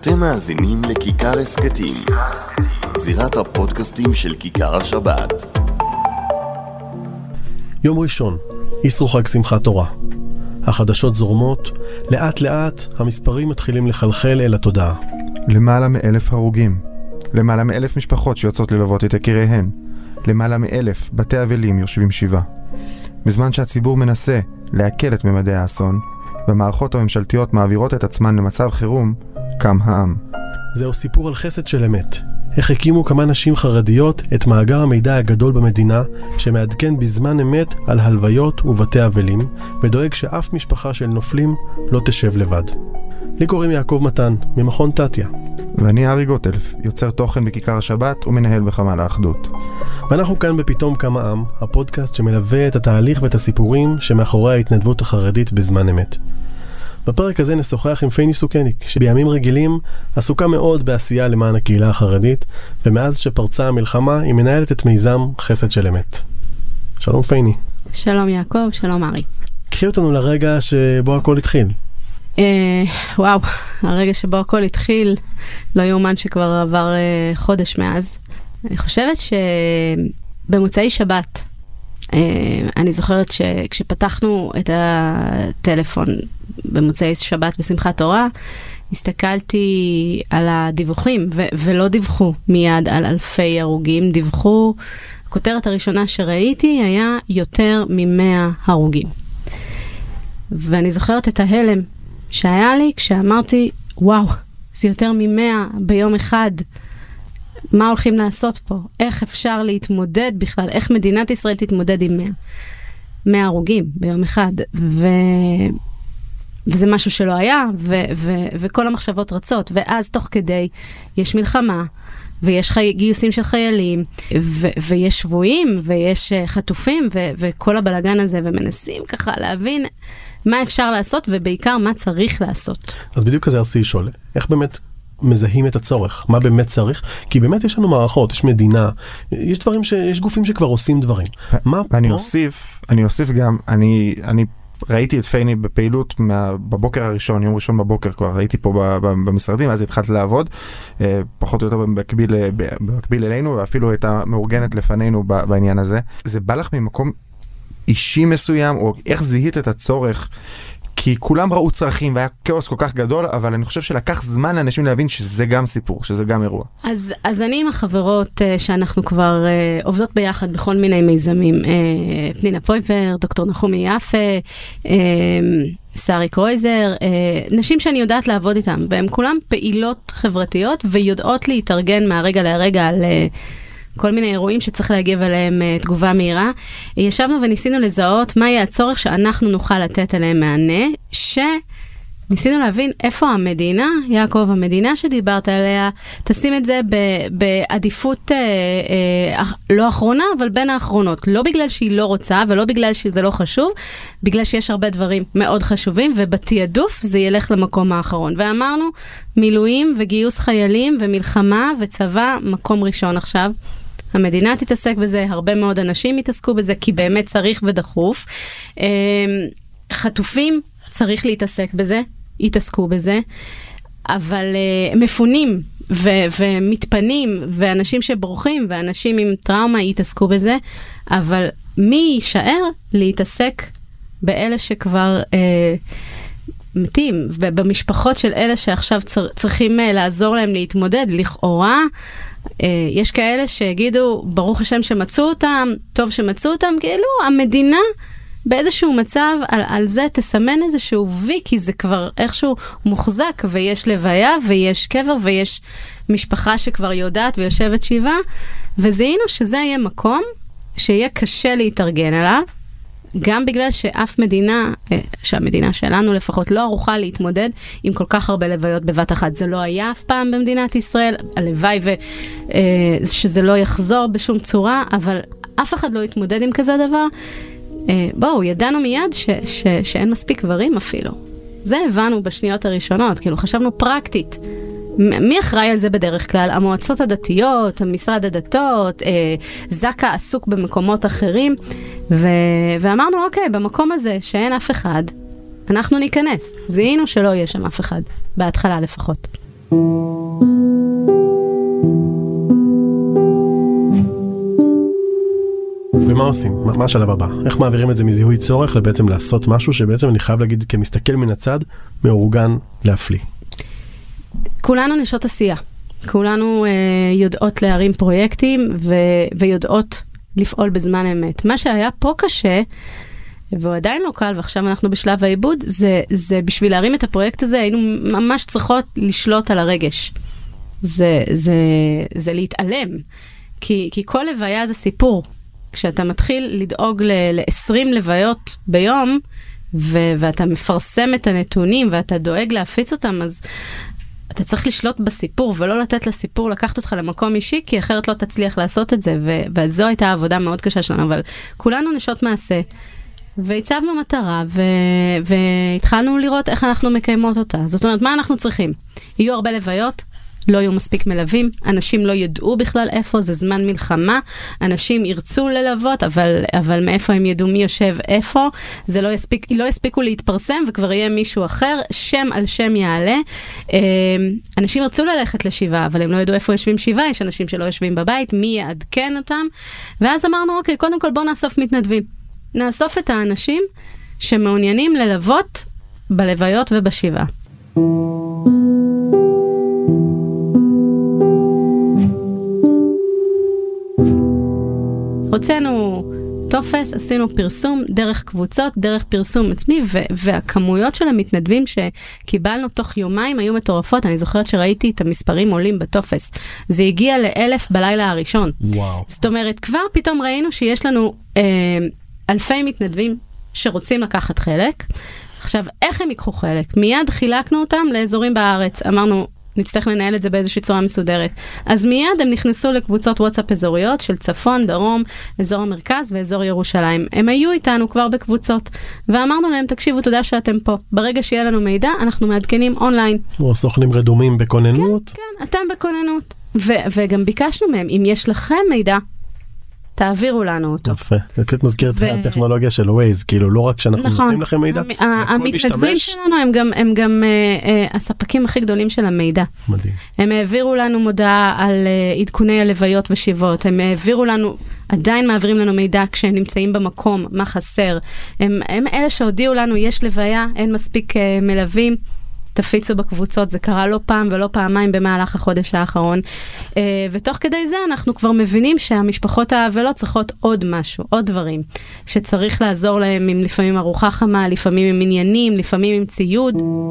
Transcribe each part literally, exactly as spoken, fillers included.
אתם מאזינים לכיכר הסקטים, זירת הפודקאסטים של כיכר השבת. יום ראשון, יסרו חג שמחת תורה. החדשות זורמות, לאט לאט המספרים מתחילים לחלחל אל התודעה. למעלה מאלף הרוגים, למעלה מאלף משפחות שיוצאות ללוות את יקיריהן, למעלה מאלף בתי אבלים יושבים שבעה. בזמן שהציבור מנסה להקל את ממדי האסון, והמערכות הממשלתיות מעבירות את עצמן למצב חירום, קם העם. זהו סיפור על חסד של אמת. איך הקימו כמה נשים חרדיות את מאגר המידע הגדול במדינה, שמעדכן בזמן אמת על הלוויות ובתי אבלים, ודואג שאף משפחה של נופלים לא תשב לבד. לי קוראים יעקב מתן, ממכון תתיה. ואני ארי גוטלף, יוצר תוכן בכיכר השבת ומנהל בחמ"ל האחדות. ואנחנו כאן בפתאום קם העם, הפודקאסט שמלווה את התהליך ואת הסיפורים שמאחורי ההתנדבות החרדית בזמן אמת. בפרק הזה נשוחח עם פייני סוכניק, שבימים רגילים עסוקה מאוד בעשייה למען הקהילה החרדית, ומאז שפרצה המלחמה היא מנהלת את מיזם חסד של אמת. שלום פייני. שלום יעקב, שלום ארי. קחי אותנו לרגע שבו הכל התחיל. אה, וואו, הרגע שבו הכל התחיל, לא יאומן שכבר עבר אה, חודש מאז. אני חושבת שבמוצאי שבת, אה, אני זוכרת שכשפתחנו את הטלפון במוצאי שבת בשמחת תורה, הסתכלתי על הדיווחים, ו- ולא דיווחו מיד על אלפי הרוגים, דיווחו, הכותרת הראשונה שראיתי היה יותר ממאה הרוגים. ואני זוכרת את ההלם שהיה לי כשאמרתי, וואו, זה יותר ממאה ביום אחד, מה הולכים לעשות פה? איך אפשר להתמודד בכלל? איך מדינת ישראל תתמודד עם מאה? מאה הרוגים ביום אחד. ו... וזה משהו שלא היה, ו- ו- וכל המחשבות רצות. ואז תוך כדי יש מלחמה, ויש חי- גיוסים של חיילים, ו- ויש שבויים, ויש uh, חטופים, ו- וכל הבלגן הזה, ומנסים ככה להבין מה אפשר לעשות, ובעיקר מה צריך לעשות. אז בדיוק כזה ארצי לשאול, איך באמת מזהים את הצורך? מה באמת צריך? כי באמת יש לנו מערכות, יש מדינה, יש דברים ש... יש גופים שכבר עושים דברים. מה אני פה? אוסיף, אני אוסיף גם, אני, אני ראיתי את פייני בפעילות מה, בבוקר הראשון, יום ראשון בבוקר כבר, ראיתי פה ב, ב, במשרדים, אז התחלתי לעבוד, אה, פחות או יותר במקביל, במקביל אלינו, ואפילו הייתה מאורגנת לפנינו ב, בעניין הזה. זה בא לך ממקום אישי מסוים, או איך זיהית את הצורך? כי כולם ראו צרכים, והיה כאוס כל כך גדול, אבל אני חושב שלקח זמן לאנשים להבין שזה גם סיפור, שזה גם אירוע. אז, אז אני עם החברות uh, שאנחנו כבר uh, עובדות ביחד בכל מיני מיזמים, uh, פנינה פויפר, דוקטור נחומי יפה, uh, שרי קרויזר, uh, נשים שאני יודעת לעבוד איתם, והן כולם פעילות חברתיות, ויודעות להתארגן מהרגע להרגע על... Uh, כל מיני אירועים שצריך להגיב עליהם uh, תגובה מהירה. ישבנו וניסינו לזהות מה יהיה הצורך שאנחנו נוכל לתת עליהם מענה, שניסינו להבין איפה המדינה, יעקב, המדינה שדיברת עליה, תשים את זה ב- בעדיפות uh, uh, לא אחרונה, אבל בין האחרונות. לא בגלל שהיא לא רוצה, ולא בגלל שזה לא חשוב, בגלל שיש הרבה דברים מאוד חשובים, ובתיעדוף זה ילך למקום האחרון. ואמרנו, מילואים וגיוס חיילים ומלחמה וצבא, מקום ראשון עכשיו. המדינה תתעסק בזה, הרבה מאוד אנשים יתעסקו בזה, כי באמת צריך ודחוף. חטופים צריך להתעסק בזה, יתעסקו בזה, אבל מפונים ו- ומתפנים, ואנשים שבורחים, ואנשים עם טראומה יתעסקו בזה, אבל מי יישאר להתעסק באלה שכבר... מתים, ובמשפחות של אלה שעכשיו צר, צריכים uh, לעזור להם להתמודד, לכאורה, uh, יש כאלה שיגידו, ברוך השם שמצאו אותם, טוב שמצאו אותם, כאילו המדינה באיזשהו מצב, על, על זה תסמן איזשהו וי, כי זה כבר איכשהו מוחזק, ויש לוויה, ויש קבר, ויש משפחה שכבר יודעת ויושבת שבעה, וזהינו שזה יהיה מקום שיהיה קשה להתארגן עליו, גם בגלל שאף מדינה, שהמדינה שלנו לפחות לא ערוכה להתמודד עם כל כך הרבה לוויות בבת אחת. זה לא היה אף פעם במדינת ישראל, הלוואי ושזה לא יחזור בשום צורה, אבל אף אחד לא יתמודד עם כזה דבר. בואו, ידענו מיד ש, ש, שאין מספיק דברים אפילו. זה הבנו בשניות הראשונות, כאילו חשבנו פרקטית. מי אחראי על זה בדרך כלל? המועצות הדתיות, המשרד הדתות, אה, זקה עסוק במקומות אחרים, ו- ואמרנו, אוקיי, במקום הזה שאין אף אחד, אנחנו ניכנס. זיהינו שלא יהיה שם אף אחד, בהתחלה לפחות. ומה עושים? מה השלב הבא? איך מעבירים את זה מזיהוי צורך לבעצם לעשות משהו שבעצם אני חייב להגיד כמסתכל מן הצד, מאורגן להפליא? כולנו נשות עשייה. כולנו אה, יודעות להרים פרויקטים ו- ויודעות לפעול בזמן אמת. מה שהיה פה קשה, והוא עדיין לא קל, ועכשיו אנחנו בשלב העיבוד, זה, זה בשביל להרים את הפרויקט הזה, היינו ממש צריכות לשלוט על הרגש. זה, זה, זה להתעלם. כי, כי כל לוויה זה סיפור. כשאתה מתחיל לדאוג ל-עשרים לוויות ביום, ו- ואתה מפרסם את הנתונים, ואתה דואג להפיץ אותם, אז אתה צריך לשלוט בסיפור, ולא לתת לסיפור לקחת אותך למקום אישי, כי אחרת לא תצליח לעשות את זה, ו- וזו הייתה עבודה מאוד קשה שלנו, אבל כולנו נשות מעשה, והצבנו מטרה, ו- והתחלנו לראות איך אנחנו מקיימות אותה. זאת אומרת, מה אנחנו צריכים? יהיו הרבה לוויות, לא יהיו מספיק מלווים, אנשים לא ידעו בכלל איפה, זה זמן מלחמה, אנשים ירצו ללוות, אבל, אבל מאיפה הם ידעו מי יושב איפה, זה לא יספיק, לא יספיקו להתפרסם, וכבר יהיה מישהו אחר, שם על שם יעלה. אנשים ירצו ללכת לשבעה, אבל הם לא ידעו איפה יושבים שבעה, יש אנשים שלא יושבים בבית, מי יעדכן אותם, ואז אמרנו, אוקיי, קודם כל בוא נאסוף מתנדבים. נאסוף את האנשים שמעוניינים ללוות בלוויות ובשבעה. הוצאנו טופס, עשינו פרסום דרך קבוצות, דרך פרסום עצמי, והכמויות של המתנדבים שקיבלנו תוך יומיים היו מטורפות. אני זוכרת שראיתי את המספרים עולים בטופס. זה הגיע לאלף בלילה הראשון. וואו. זאת אומרת, כבר פתאום ראינו שיש לנו אה, אלפי מתנדבים שרוצים לקחת חלק. עכשיו, איך הם ייקחו חלק? מיד חילקנו אותם לאזורים בארץ. אמרנו, נצטרך לנהל את זה באיזושהי צורה מסודרת. אז מיד הם נכנסו לקבוצות וואטסאפ אזוריות של צפון, דרום, אזור המרכז ואזור ירושלים. הם היו איתנו כבר בקבוצות, ואמרנו להם, תקשיבו, תודה שאתם פה. ברגע שיהיה לנו מידע, אנחנו מעדכנים אונליין. או סוכנים רדומים בכוננות? כן, כן, אתם בכוננות. ו- וגם ביקשנו מהם, אם יש לכם מידע, תעבירו לנו אותו. יפה. זה קצת מזכיר את הטכנולוגיה של ווייז, כאילו לא רק שאנחנו נותנים לכם מידע, המתנדבים שלנו הם גם, הם גם הספקים הכי גדולים של המידע. מדהים. הם העבירו לנו מודעה על עדכוני הלוויות ושיבות, הם העבירו לנו, עדיין מעבירים לנו מידע כשהם נמצאים במקום, מה חסר. הם, הם אלה שהודיעו לנו, יש לוויה, אין מספיק מלווים, תפיצו בקבוצות, זה קרה לא פעם ולא פעמיים במהלך החודש האחרון. ותוך כדי זה אנחנו כבר מבינים שהמשפחות האבלות צריכות עוד משהו, עוד דברים, שצריך לעזור להם עם לפעמים ארוחה חמה, לפעמים עם עניינים, לפעמים עם ציוד.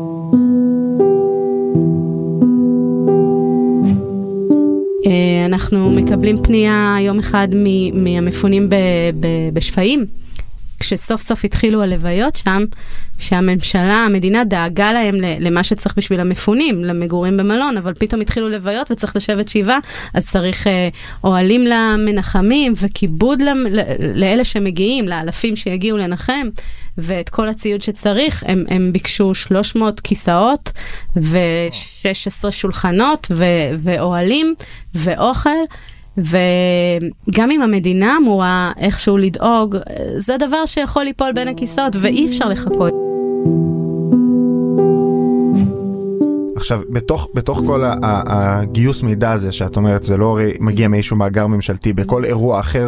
אנחנו מקבלים פנייה יום אחד מהמפונים בשפיים, כשסוף סוף התחילו הלוויות שם, שהממשלה, המדינה דאגה להם למה שצריך בשביל המפונים, למגורים במלון, אבל פתאום התחילו לוויות וצריך לשבת שבעה, אז צריך אה, אוהלים למנחמים וכיבוד לאלה שמגיעים, לאלפים שיגיעו לנחם, ואת כל הציוד שצריך, הם, הם ביקשו שלוש מאות כיסאות ו-שש עשרה שולחנות ו- ואוהלים ואוכל, וגם אם המדינה אמורה איכשהו לדאוג, זה דבר שיכול ליפול בין הכיסאות, ואי אפשר לחכות. עכשיו, בתוך, בתוך כל הגיוס מידע הזה, שאת אומרת, זה לא מגיע מאיזשהו מאגר ממשלתי, בכל אירוע אחר,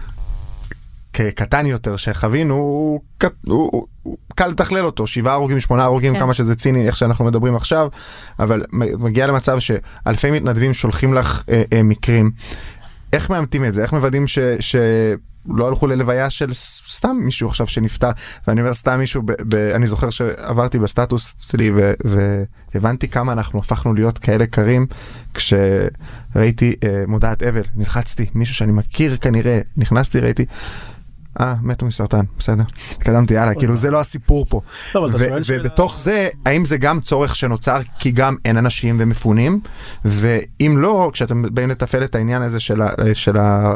כקטן יותר שחווינו, הוא, הוא, הוא, הוא קל לתכלל אותו, שבעה הרוגים, שמונה הרוגים, כן. כמה שזה ציני, איך שאנחנו מדברים עכשיו, אבל מגיע למצב שאלפי מתנדבים שולחים לך אה, אה, מקרים. איך מאמתים את זה? איך מוודאים ש... ש... לא הלכו ללוויה של סתם מישהו עכשיו שנפטר, ואני אומר סתם מישהו, ב- ב- אני זוכר שעברתי בסטטוס שלי ו- והבנתי כמה אנחנו הפכנו להיות כאלה קרים, כשראיתי אה, מודעת אבל, נלחצתי, מישהו שאני מכיר כנראה, נכנסתי, ראיתי, אה, מתו מסרטן, בסדר, התקדמתי, יאללה, כאילו זה לא הסיפור פה. ובתוך זה, האם זה גם צורך שנוצר, כי גם אין אנשים ומפונים, ואם לא, כשאתם באים לטפל את העניין הזה של ה...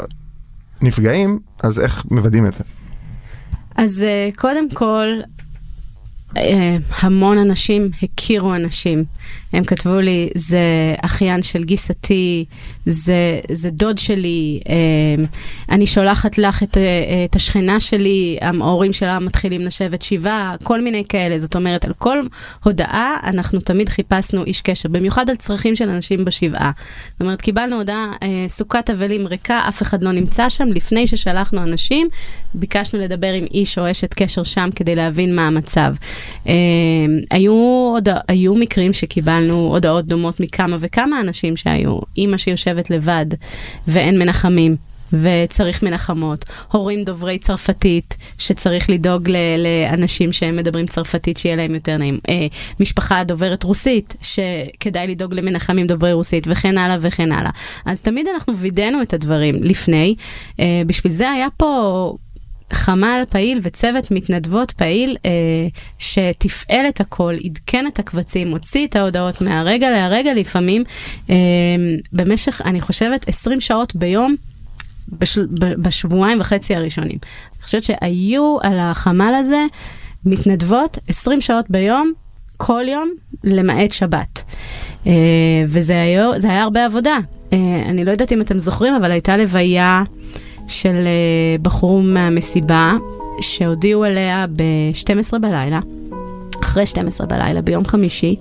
נפגעים, אז איך מוודאים את זה? אז קודם כל, המון אנשים הכירו אנשים. הם כתבו לי, זה אחיין של גיסתי, זה, זה דוד שלי, אני שולחת לך את, את השכנה שלי, ההורים שלה מתחילים לשבת שבעה, כל מיני כאלה. זאת אומרת, על כל הודעה אנחנו תמיד חיפשנו איש קשר, במיוחד על צרכים של אנשים בשבעה. זאת אומרת, קיבלנו הודעה, סוכת אבלים ריקה, אף אחד לא נמצא שם, לפני ששלחנו אנשים, ביקשנו לדבר עם איש או אשת קשר שם כדי להבין מה המצב. היו, היו מקרים שקיבלנו הודעות דומות מכמה וכמה אנשים שהיו, אמא שיושבת לבד ואין מנחמים וצריך מנחמות, הורים דוברי צרפתית שצריך לדאוג ל- לאנשים שהם מדברים צרפתית שיהיה להם יותר נעים, אה, משפחה דוברת רוסית שכדאי לדאוג למנחמים דוברי רוסית וכן הלאה וכן הלאה. אז תמיד אנחנו וידאנו את הדברים לפני, אה, בשביל זה היה פה חמל פעיל וצוות מתנדבות פעיל אה, שתפעל את הכל, עדכן את הקבצים, הוציא את ההודעות מהרגע להרגע לפעמים, אה, במשך, אני חושבת, עשרים שעות ביום, בש, בשבועיים וחצי הראשונים. אני חושבת שהיו על החמל הזה מתנדבות עשרים שעות ביום, כל יום, למעט שבת. אה, וזה היה, זה היה הרבה עבודה. אה, אני לא יודעת אם אתם זוכרים, אבל הייתה לוויה של בחור מהמסיבה, שהודיעו עליה ב-שתים עשרה בלילה, אחרי שתים עשרה בלילה, ביום חמישי,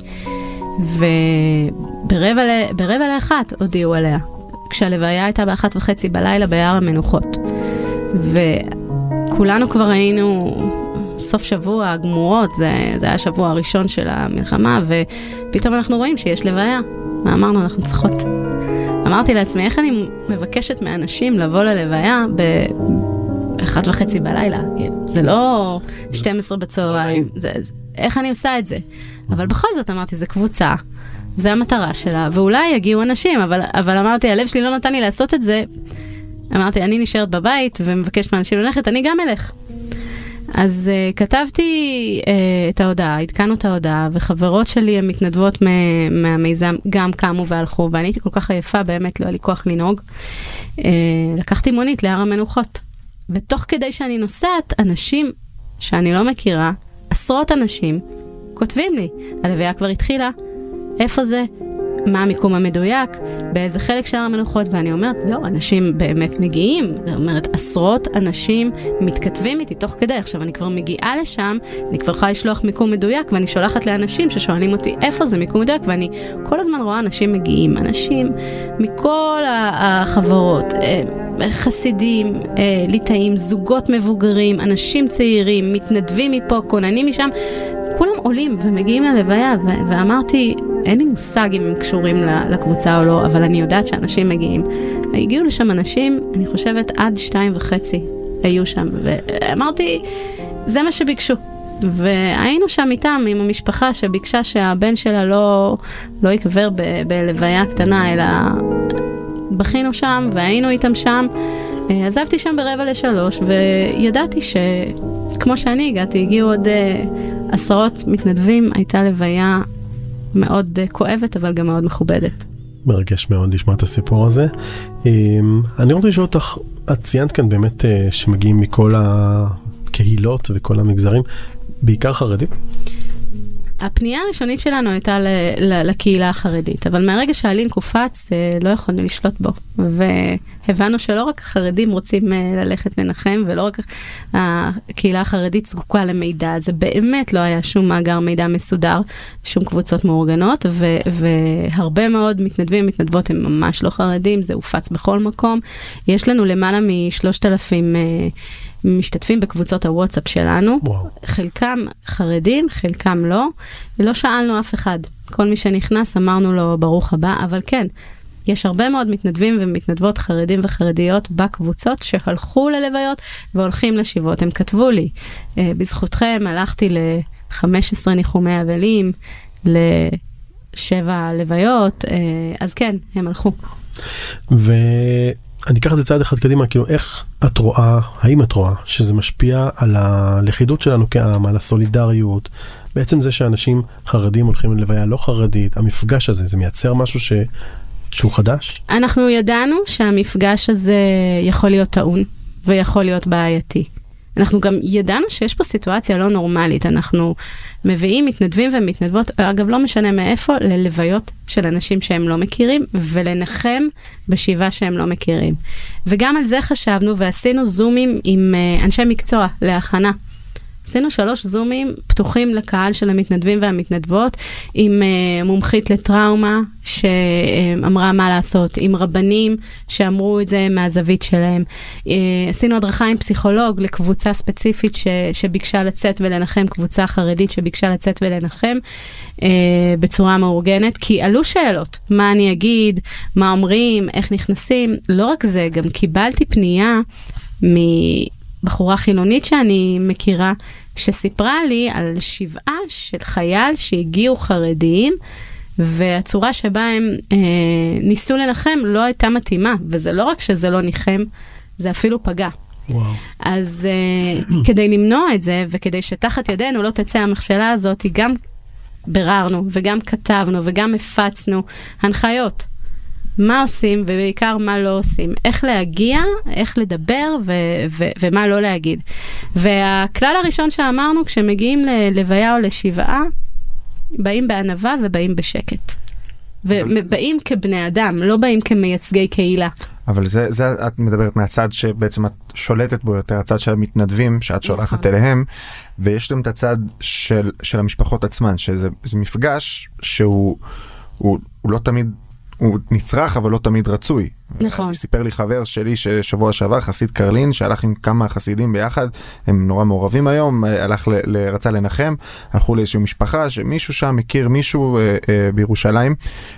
וברבע לאחת הודיעו עליה, כשהלוויה הייתה באחת וחצי בלילה ביער המנוחות. וכולנו כבר היינו סוף שבוע, גמורות, זה, זה היה השבוע הראשון של המלחמה, ופתאום אנחנו רואים שיש לוויה. מה אמרנו? אנחנו צריכות... אמרתי לעצמי, איך אני מבקשת מאנשים לבוא ללוויה באחת וחצי בלילה? זה לא שתים עשרה בצהריים. איך אני עושה את זה? אבל בכל זאת אמרתי, זה קבוצה, זה המטרה שלה, ואולי יגיעו אנשים, אבל, אבל אמרתי, הלב שלי לא נתן לי לעשות את זה. אמרתי, אני נשארת בבית ומבקשת מאנשים ללכת, אני גם אלך. אז uh, כתבתי uh, את ההודעה, התקנו את ההודעה, וחברות שלי המתנדבות מהמיזם גם קמו והלכו, ואני הייתי כל כך עייפה, באמת לא היה לי כוח לנהוג. Uh, לקחתי מונית להר המנוחות, ותוך כדי שאני נוסעת, אנשים שאני לא מכירה, עשרות אנשים, כותבים לי, הלוויה כבר התחילה, איפה זה? מה המיקום המדויק, באיזה חלק של המנוחות, ואני אומרת, לא, אנשים באמת מגיעים, זאת אומרת, עשרות אנשים מתכתבים איתי תוך כדי, עכשיו אני כבר מגיעה לשם, אני כבר יכולה לשלוח מיקום מדויק, ואני שולחת לאנשים ששואלים אותי איפה זה מיקום מדויק, ואני כל הזמן רואה אנשים מגיעים, אנשים מכל החברות, חסידים, ליטאים, זוגות מבוגרים, אנשים צעירים, מתנדבים מפה, כוננים משם, כולם עולים ומגיעים ללוויה, ו- ואמרתי, אין לי מושג אם הם קשורים לקבוצה או לא, אבל אני יודעת שאנשים מגיעים. הגיעו לשם אנשים, אני חושבת, עד שתיים וחצי היו שם, ואמרתי, זה מה שביקשו. והיינו שם איתם, עם המשפחה שביקשה שהבן שלה לא, לא יקבר ב- בלוויה קטנה, אלא בכינו שם, והיינו איתם שם. עזבתי שם ברבע לשלוש, וידעתי שכמו שאני הגעתי, הגיעו עוד עשרות מתנדבים, הייתה לוויה מאוד כואבת, אבל גם מאוד מכובדת. מרגש מאוד לשמוע את הסיפור הזה. אני רוצה לשאול אותך, את ציינת כאן באמת שמגיעים מכל הקהילות וכל המגזרים, בעיקר חרדים? הפנייה הראשונית שלנו הייתה ל- ל- לקהילה החרדית, אבל מהרגע שהלינק הופץ, לא יכולנו לשלוט בו, והבנו שלא רק החרדים רוצים ללכת לנחם, ולא רק הקהילה החרדית זקוקה למידע, זה באמת לא היה שום מאגר מידע מסודר, שום קבוצות מאורגנות, ו- והרבה מאוד מתנדבים ומתנדבות הם ממש לא חרדים, זה הופץ בכל מקום. יש לנו למעלה משלושת אלפים משתתפים בקבוצות הוואטסאפ שלנו, וואו. חלקם חרדים, חלקם לא, ולא שאלנו אף אחד. כל מי שנכנס אמרנו לו ברוך הבא, אבל כן, יש הרבה מאוד מתנדבים ומתנדבות חרדים וחרדיות בקבוצות שהלכו ללוויות והולכים לשיבות. הם כתבו לי, בזכותכם הלכתי ל-חמישה עשר ניחומי אבלים, לשבע לוויות, אז כן, הם הלכו. ו... אני אקח את זה צעד אחד קדימה, כאילו איך את רואה, האם את רואה, שזה משפיע על הלכידות שלנו כעם, על הסולידריות, בעצם זה שאנשים חרדים הולכים ללוויה לא חרדית, המפגש הזה, זה מייצר משהו ש... שהוא חדש? אנחנו ידענו שהמפגש הזה יכול להיות טעון, ויכול להיות בעייתי. אנחנו גם ידענו שיש פה סיטואציה לא נורמלית, אנחנו מביאים מתנדבים ומתנדבות, אגב לא משנה מאיפה, ללוויות של אנשים שהם לא מכירים, ולנחם בשבעה שהם לא מכירים. וגם על זה חשבנו, ועשינו זומים עם אנשי מקצוע להכנה. עשינו שלוש זומים פתוחים לקהל של המתנדבים והמתנדבות, עם uh, מומחית לטראומה שאמרה מה לעשות, עם רבנים שאמרו את זה מהזווית שלהם. Uh, עשינו הדרכה עם פסיכולוג לקבוצה ספציפית ש, שביקשה לצאת ולנחם, קבוצה חרדית שביקשה לצאת ולנחם uh, בצורה מאורגנת, כי עלו שאלות, מה אני אגיד, מה אומרים, איך נכנסים, לא רק זה, גם קיבלתי פנייה מ... בחורה חילונית שאני מכירה, שסיפרה לי על שבעה של חייל שהגיעו חרדיים, והצורה שבה הם אה, ניסו לנחם לא הייתה מתאימה, וזה לא רק שזה לא ניחם, זה אפילו פגע. וואו. אז אה, כדי למנוע את זה, וכדי שתחת ידינו לא תצא המכשלה הזאת, גם בררנו, וגם כתבנו, וגם הפצנו הנחיות. מה עושים, ובעיקר מה לא עושים. איך להגיע, איך לדבר, ו- ו- ומה לא להגיד. והכלל הראשון שאמרנו, כשמגיעים ללוויה או לשבעה, באים בענווה ובאים בשקט. ובאים כבני אדם, לא באים כמייצגי קהילה. אבל זה, זה את מדברת מהצד שבעצם את שולטת בו יותר, הצד של המתנדבים שאת שולחת אליהם, ויש גם את הצד של, של המשפחות עצמן, שזה זה מפגש שהוא הוא, הוא לא תמיד הוא נצרך, אבל לא תמיד רצוי. נכון. סיפר לי חבר שלי ששבוע שעבר, חסיד קרלין, שהלך עם כמה חסידים ביחד, הם נורא מעורבים היום, הלך ל, רצה לנחם, הלכו לאיזושהי משפחה, שמישהו שם מכיר מישהו אה, אה, בירושלים,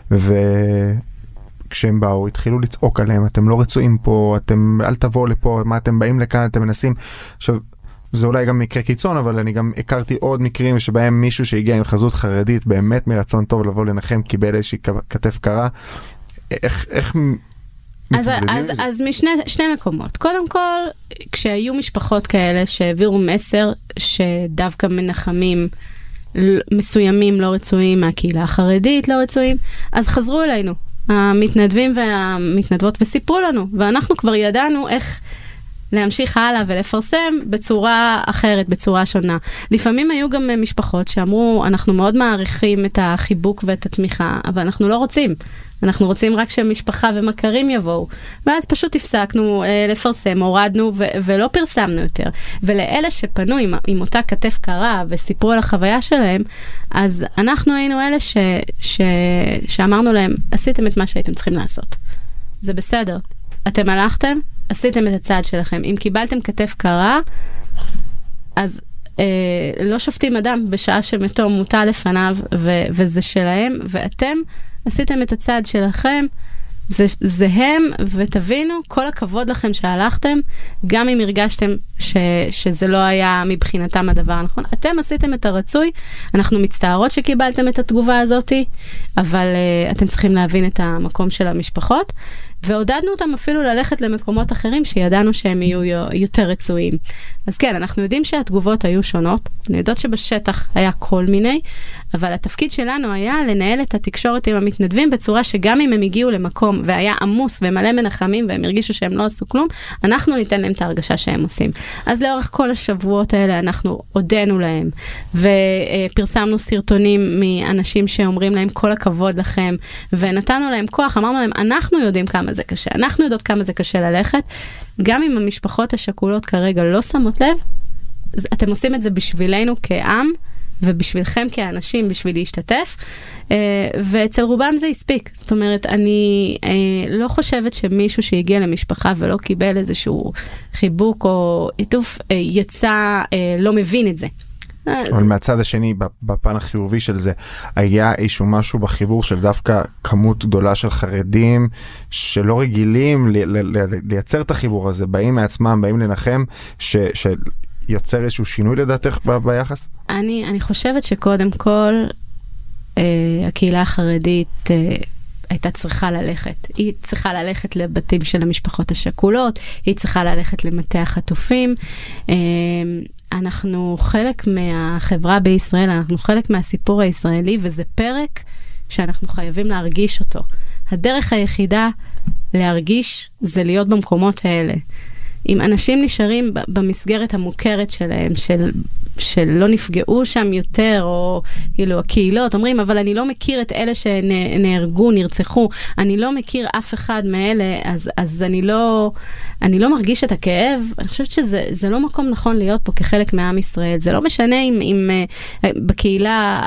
וכשהם באו, התחילו לצעוק עליהם, אתם לא רצויים פה, אתם, אל תבואו לפה, מה אתם באים לכאן, אתם מנסים. עכשיו, זה אולי גם מקרה קיצון, אבל אני גם הכרתי עוד מקרים שבהם מישהו שהגיע עם חזות חרדית, באמת מרצון טוב לבוא לנחם, קיבל איזושהי כתף קרה. איך, איך אז, אז, אז משני שני מקומות. קודם כל, כשהיו משפחות כאלה שהעבירו מסר שדווקא מנחמים מסוימים לא רצויים, מהקהילה החרדית לא רצויים, אז חזרו אלינו, המתנדבים והמתנדבות, וסיפרו לנו, ואנחנו כבר ידענו איך להמשיך הלאה ולפרסם בצורה אחרת, בצורה שונה. לפעמים היו גם משפחות שאמרו, אנחנו מאוד מעריכים את החיבוק ואת התמיכה, אבל אנחנו לא רוצים. אנחנו רוצים רק שמשפחה ומכרים יבואו. ואז פשוט הפסקנו אה, לפרסם, הורדנו ו- ולא פרסמנו יותר. ולאלה שפנו עם, עם אותה כתף קרה וסיפרו על החוויה שלהם, אז אנחנו היינו אלה ש- ש- שאמרנו להם, עשיתם את מה שהייתם צריכים לעשות. זה בסדר. אתם הלכתם, עשיתם את הצעד שלכם. אם קיבלתם כתף קרה, אז אה, לא שופטים אדם בשעה שמתו מוטל לפניו, ו- וזה שלהם, ואתם עשיתם את הצעד שלכם, זה, זה הם, ותבינו, כל הכבוד לכם שהלכתם, גם אם הרגשתם ש, שזה לא היה מבחינתם הדבר הנכון. אתם עשיתם את הרצוי, אנחנו מצטערות שקיבלתם את התגובה הזאת, אבל uh, אתם צריכים להבין את המקום של המשפחות, ועודדנו אותם אפילו ללכת למקומות אחרים שידענו שהם יהיו יותר רצויים. אז כן, אנחנו יודעים שהתגובות היו שונות, אני יודעת שבשטח היה כל מיני, אבל התפקיד שלנו היה לנהל את התקשורת עם המתנדבים בצורה שגם אם הם הגיעו למקום והיה עמוס ומלא מנחמים והם הרגישו שהם לא עשו כלום, אנחנו ניתן להם את ההרגשה שהם עושים. אז לאורך כל השבועות האלה אנחנו הודנו להם ופרסמנו סרטונים מאנשים שאומרים להם כל הכבוד לכם, ונתנו להם כוח, אמרנו להם אנחנו יודעים כמה זה קשה, אנחנו יודעות כמה זה קשה ללכת, גם אם המשפחות השכולות כרגע לא שמות לב, אתם עושים את זה בשבילנו כעם, ובשבילכם כאנשים, בשביל להשתתף, ואצל רובם זה הספיק. זאת אומרת, אני לא חושבת שמישהו שהגיע למשפחה ולא קיבל איזשהו חיבוק או עיטוף, יצא, לא מבין את זה. אבל מהצד השני, בפן החיובי של זה, היה איזשהו משהו בחיבור של דווקא כמות גדולה של חרדים, שלא רגילים לייצר את החיבור הזה, באים מעצמם, באים לנחם, שיוצר איזשהו שינוי לדעתך ביחס? אני, אני חושבת שקודם כל, הקהילה החרדית הייתה צריכה ללכת. היא צריכה ללכת לבתים של המשפחות השכולות, היא צריכה ללכת למטה החטופים. אנחנו חלק מהחברה בישראל, אנחנו חלק מהסיפור הישראלי, וזה פרק שאנחנו חייבים להרגיש אותו. הדרך היחידה להרגיש זה להיות במקומות האלה. אם אנשים נשארים במסגרת המוכרת שלהם, של, שלא נפגעו שם יותר, או כאילו הקהילות, אומרים, אבל אני לא מכיר את אלה שנהרגו, נרצחו, אני לא מכיר אף אחד מאלה, אז, אז אני לא, אני לא מרגיש את הכאב. אני חושבת שזה, זה לא מקום נכון להיות פה כחלק מעם ישראל. זה לא משנה אם, אם בקהילה,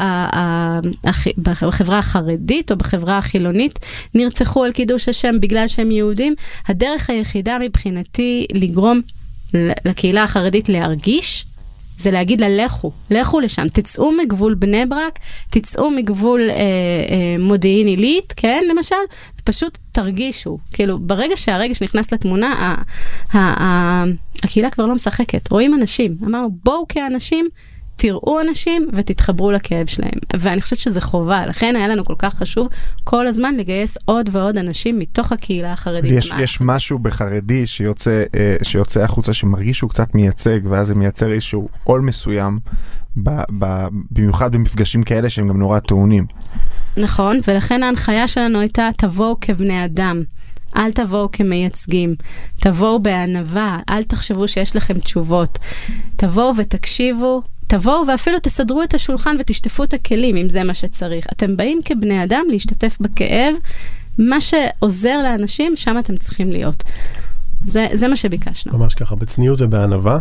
בחברה החרדית או בחברה החילונית, נרצחו על קידוש השם בגלל שהם יהודים. הדרך היחידה מבחינתי לגרום לקהילה החרדית להרגיש, זה להגיד לה, לכו, לכו לשם, תצאו מגבול בני ברק, תצאו מגבול אה, אה, מודיעין עילית, כן, למשל, פשוט תרגישו. כאילו, ברגע שהרגש נכנס לתמונה, ה, ה, ה, הקהילה כבר לא משחקת. רואים אנשים, אמרנו, בואו כאנשים, תראו אנשים ותתחברו לכאב שלהם. ואני חושבת שזה חובה, לכן היה לנו כל כך חשוב כל הזמן לגייס עוד ועוד אנשים מתוך הקהילה החרדית. יש, יש משהו בחרדי שיוצא, שיוצא החוצה שמרגיש שהוא קצת מייצג, ואז זה מייצר איזשהו עול מסוים, ב, ב, במיוחד במפגשים כאלה שהם גם נורא טעונים. נכון, ולכן ההנחיה שלנו הייתה, תבואו כבני אדם. אל תבואו כמייצגים, תבואו בענווה, אל תחשבו שיש לכם תשובות. תבואו ותקשיבו, תבואו ואפילו תסדרו את השולחן ותשטפו את הכלים, אם זה מה שצריך. אתם באים כבני אדם להשתתף בכאב, מה שעוזר לאנשים, שם אתם צריכים להיות. זה, זה מה שביקשנו. ממש ככה, בצניעות ובענווה,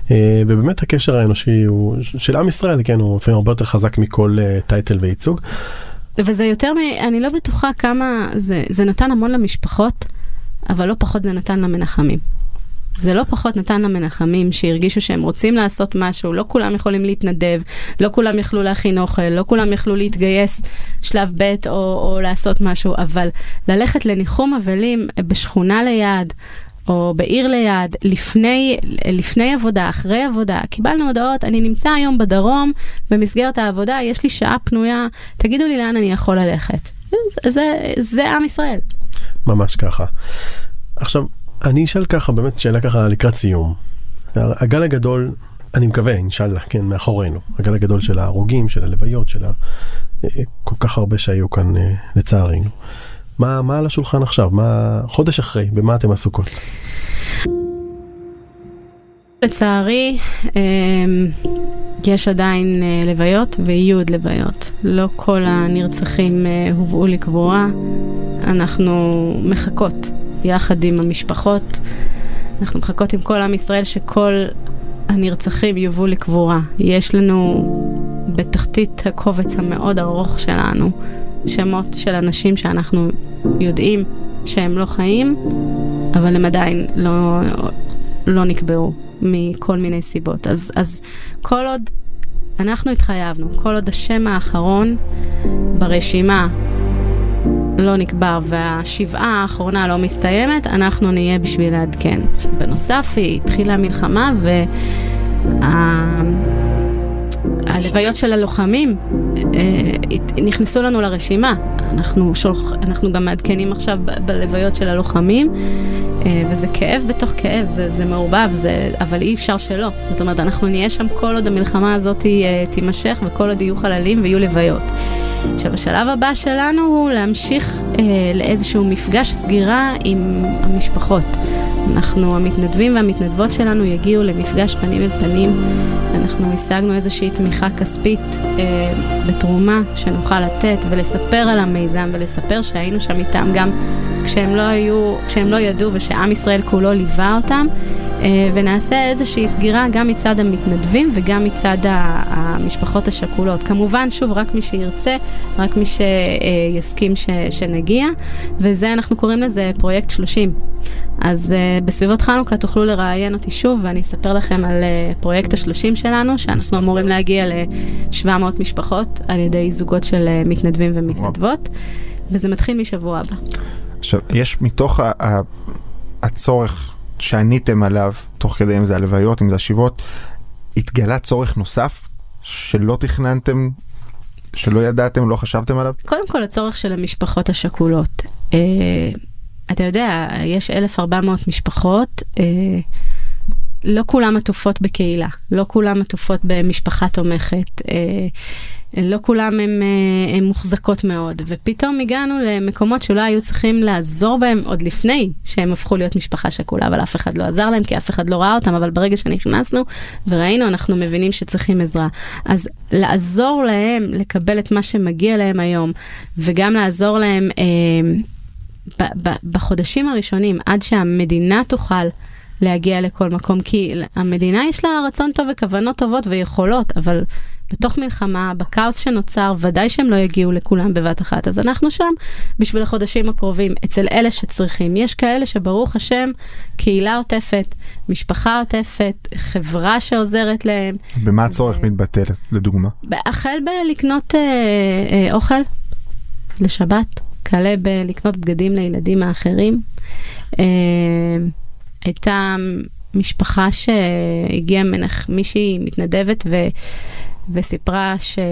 ובאמת הקשר האנושי הוא, של עם ישראל, כן, הוא לפעמים הרבה יותר חזק מכל טייטל וייצוג. וזה יותר מ... אני לא בטוחה כמה... זה, זה נתן המון למשפחות, אבל לא פחות זה נתן למנחמים. זה לא פחות נתן למנחמים שהרגישו שהם רוצים לעשות משהו, לא כולם יכולים להתנדב, לא כולם יכלו להכין אוכל, לא כולם יכלו להתגייס שלב ב' או, או לעשות משהו, אבל ללכת לניחום אבלים בשכונה ליד, או בעיר ליד, לפני, לפני עבודה, אחרי עבודה, קיבלנו הודעות, אני נמצא היום בדרום, במסגרת העבודה, יש לי שעה פנויה, תגידו לי לאן אני יכול ללכת. זה, זה עם ישראל. ממש ככה. עכשיו, אני אשאל ככה, באמת שאלה ככה לקראת סיום. הגל הגדול, אני מקווה, אינשאללה, כן, מאחורינו. הגל הגדול של ההרוגים, של הלוויות, של ה... כל כך הרבה שהיו כאן לצערינו. מה, מה על השולחן עכשיו? מה, חודש אחרי, במה אתם עסוקות? לצערי, יש עדיין לוויות ויהיו עוד לוויות. לא כל הנרצחים הובאו לקבורה. אנחנו מחכות יחד עם המשפחות. אנחנו מחכות עם כל עם ישראל שכל הנרצחים יובאו לקבורה. יש לנו בתחתית הקובץ המאוד ארוך שלנו שמות של אנשים שאנחנו יודעים שהם לא חיים, אבל הם עדיין לא, לא נקבעו מכל מיני סיבות. אז, אז כל עוד אנחנו התחייבנו, כל עוד השם האחרון ברשימה לא נקבר והשבעה האחרונה לא מסתיימת, אנחנו נהיה בשביל לעדכן. בנוסף, היא התחילה המלחמה והלוויות של הלוחמים נכנסו לנו לרשימה. אנחנו, שולח, אנחנו גם מעדכנים עכשיו בלוויות של הלוחמים, וזה כאב בתוך כאב, זה, זה מעורבב, זה, אבל אי אפשר שלא. זאת אומרת, אנחנו נהיה שם כל עוד המלחמה הזאת תימשך, וכל עוד יהיו חללים ויהיו לוויות. עכשיו, השלב הבא שלנו הוא להמשיך אה, לאיזשהו מפגש סגירה עם המשפחות. אנחנו, המתנדבים והמתנדבות שלנו יגיעו למפגש פנים אל פנים. אנחנו השגנו איזושהי תמיכה כספית אה, בתרומה שנוכל לתת ולספר על המיזם ולספר שהיינו שם איתם גם כשהם לא היו, כשהם לא ידעו ושעם ישראל כולו ליווה אותם. ונעשה איזושהי סגירה גם מצד המתנדבים וגם מצד המשפחות השכולות. כמובן, שוב, רק מי שירצה, רק מי שיסכים ש, שנגיע, וזה אנחנו קוראים לזה פרויקט שלושים. אז בסביבות חנוכה תוכלו לראיין אותי שוב, ואני אספר לכם על פרויקט השלושים שלנו, שאנחנו אמורים להגיע ל-שבע מאות משפחות על ידי זוגות של מתנדבים ומתנדבות, וזה מתחיל משבוע הבא. עכשיו, יש מתוך הצורך שעניתם עליו, תוך כדי אם זה הלוויות, אם זה השיבות, התגלה צורך נוסף שלא תכננתם, שלא ידעתם, לא חשבתם עליו? קודם כל, הצורך של המשפחות השכולות. אה, אתה יודע, יש אלף וארבע מאות משפחות, אה, לא כולם עטופות בקהילה, לא כולם עטופות במשפחה תומכת. אה, לא כולם הם, הם מוחזקות מאוד, ופתאום הגענו למקומות שאולי היו צריכים לעזור בהם עוד לפני שהם הפכו להיות משפחה שכולה, אבל אף אחד לא עזר להם, כי אף אחד לא ראה אותם, אבל ברגע שנכנסנו וראינו, אנחנו מבינים שצריכים עזרה. אז לעזור להם לקבל את מה שמגיע להם היום, וגם לעזור להם אה, ב- ב- בחודשים הראשונים, עד שהמדינה תוכל להגיע לכל מקום, כי המדינה יש לה רצון טוב וכוונות טובות ויכולות, אבל בתוך מלחמה, בקאוס שנוצר, ודאי שהם לא יגיעו לכולם בבת אחת. אז אנחנו שם בשביל החודשים הקרובים, אצל אלה שצריכים. יש כאלה שברוך השם, קהילה עוטפת, משפחה עוטפת, חברה שעוזרת להם. במה הצורך ו... מתבטא, לדוגמה? החל בלקנות אה, אה, אוכל לשבת, כאלה בלקנות בגדים לילדים האחרים. אה, הייתה משפחה שהגיעה מנח, מישהי מתנדבת ו... וסיפרה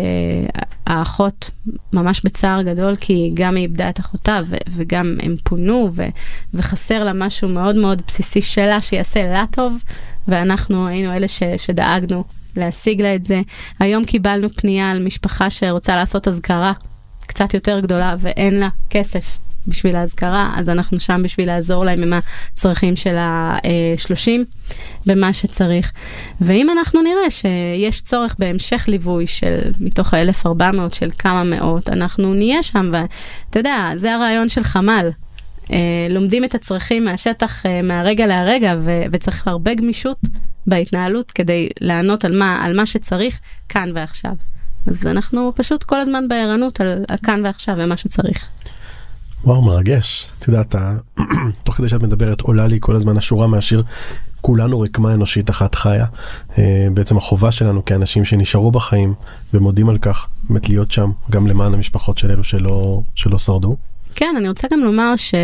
שהאחות ממש בצער גדול, כי גם היא איבדה את אחותה, ו- וגם הם פונו, ו- וחסר לה משהו מאוד מאוד בסיסי שלה, שיעשה לה טוב, ואנחנו היינו אלה ש- שדאגנו להשיג לה את זה. היום קיבלנו פנייה על משפחה שרוצה לעשות הזכרה קצת יותר גדולה, ואין לה כסף בשביל ההזכרה, אז אנחנו שם בשביל לעזור להם עם הצרכים של ה-שלושים, במה שצריך. ואם אנחנו נראה שיש צורך בהמשך ליווי של מתוך ה-אלף וארבע מאות של כמה מאות, אנחנו נהיה שם, ואתה יודע, זה הרעיון של חמ"ל. לומדים את הצרכים מהשטח, מהרגע להרגע, ו- וצריך הרבה גמישות בהתנהלות כדי לענות על מה, על מה שצריך כאן ועכשיו. אז אנחנו פשוט כל הזמן בערנות על, על כאן ועכשיו ומה שצריך. וואו, מרגש. את יודעת, תוך כדי שאת מדברת, עולה לי כל הזמן השורה מהשיר, כולנו רקמה אנושית אחת חיה. בעצם החובה שלנו כאנשים שנשארו בחיים, ומודים על כך, באמת להיות שם, גם למען המשפחות של אלו שלא, שלא שרדו. כן, אני רוצה גם לומר ש...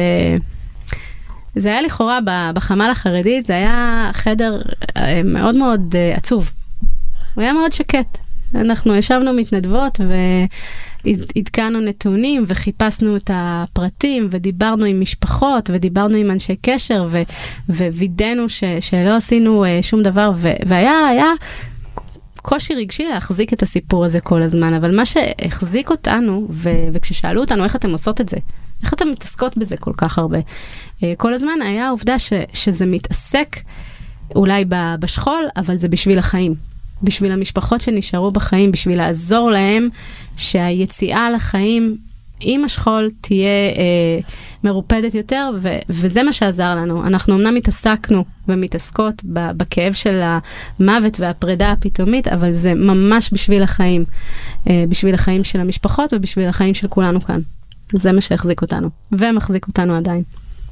זה היה לכאורה בחמ"ל החרדי, זה היה חדר מאוד מאוד עצוב. הוא היה מאוד שקט. אנחנו ישבנו מתנדבות ו... התקענו נתונים וחיפשנו את הפרטים ודיברנו עם משפחות ודיברנו עם אנשי קשר ו- ווידאנו ש- שלא עשינו uh, שום דבר ו- והיה היה קושי רגשי להחזיק את הסיפור הזה כל הזמן, אבל מה שהחזיק אותנו ו- וכששאלו אותנו איך אתם עושות את זה, איך אתם מתעסקות בזה כל כך הרבה, uh, כל הזמן היה העובדה ש- שזה מתעסק אולי ב- בשכול, אבל זה בשביל החיים. בשביל המשפחות שנשארו בחיים, בשביל לעזור להם שהיציאה לחיים עם השכול תהיה אה, מרופדת יותר, ו- וזה מה שעזר לנו. אנחנו אמנם התעסקנו ומתעסקות ב- בכאב של המוות והפרידה הפתאומית, אבל זה ממש בשביל החיים. אה, בשביל החיים של המשפחות ובשביל החיים של כולנו כאן. זה מה שהחזיק אותנו, ומחזיק אותנו עדיין.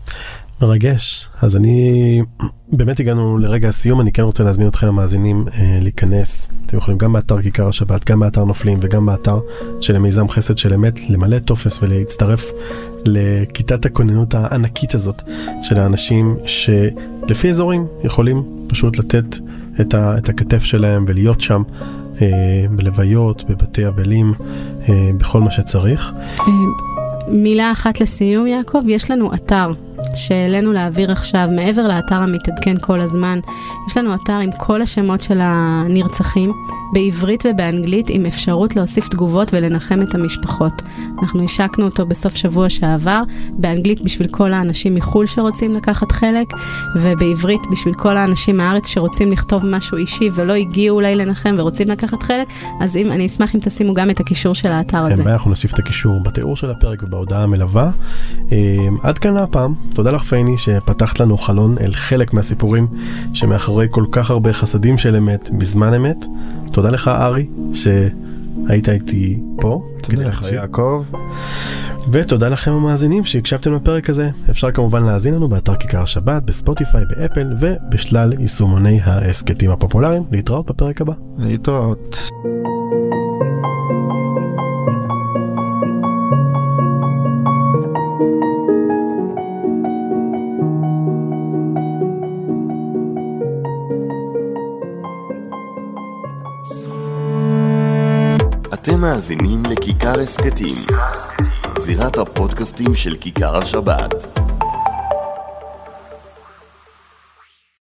מרגש. אז אני, באמת הגענו לרגע הסיום, אני כן רוצה להזמין אתכם המאזינים אה, להיכנס. אתם יכולים גם באתר כיכר השבת, גם באתר נופלים וגם באתר של המיזם חסד של אמת, למלא טופס ולהצטרף לכיתת הכוננות הענקית הזאת של האנשים שלפי אזורים יכולים פשוט לתת את, ה, את הכתף שלהם ולהיות שם אה, בלוויות, בבתי אבלים, אה, בכל מה שצריך. מילה אחת לסיום, יעקב, יש לנו אתר שאלינו להעביר עכשיו, מעבר לאתר המתעדכן כל הזמן, יש לנו אתר עם כל השמות של הנרצחים, בעברית ובאנגלית, עם אפשרות להוסיף תגובות ולנחם את המשפחות. אנחנו השקנו אותו בסוף שבוע שעבר, באנגלית בשביל כל האנשים מחול שרוצים לקחת חלק, ובעברית בשביל כל האנשים מהארץ שרוצים לכתוב משהו אישי ולא הגיעו אולי לנחם ורוצים לקחת חלק, אז אם, אני אשמח אם תשימו גם את הקישור של האתר הזה. אין, אנחנו נוסיף את הקישור בתיאור של הפרק ובהודעה המלווה. עד כאן הפעם. תודה לך פייני שפתחת לנו חלון אל חלק מהסיפורים שמאחורי כל כך הרבה חסדים של אמת בזמן אמת. תודה לך ארי שהיית איתי פה. תודה לך יעקב. ותודה לכם המאזינים שהקשבתם לפרק הזה. אפשר כמובן להאזין לנו באתר כיכר השבת, בספוטיפיי, באפל ובשלל יישומוני ההסקטים הפופולריים. להתראות בפרק הבא. להתראות. אתם מאזינים לכיכר הסקטים, זירת הפודקאסטים של כיכר השבת.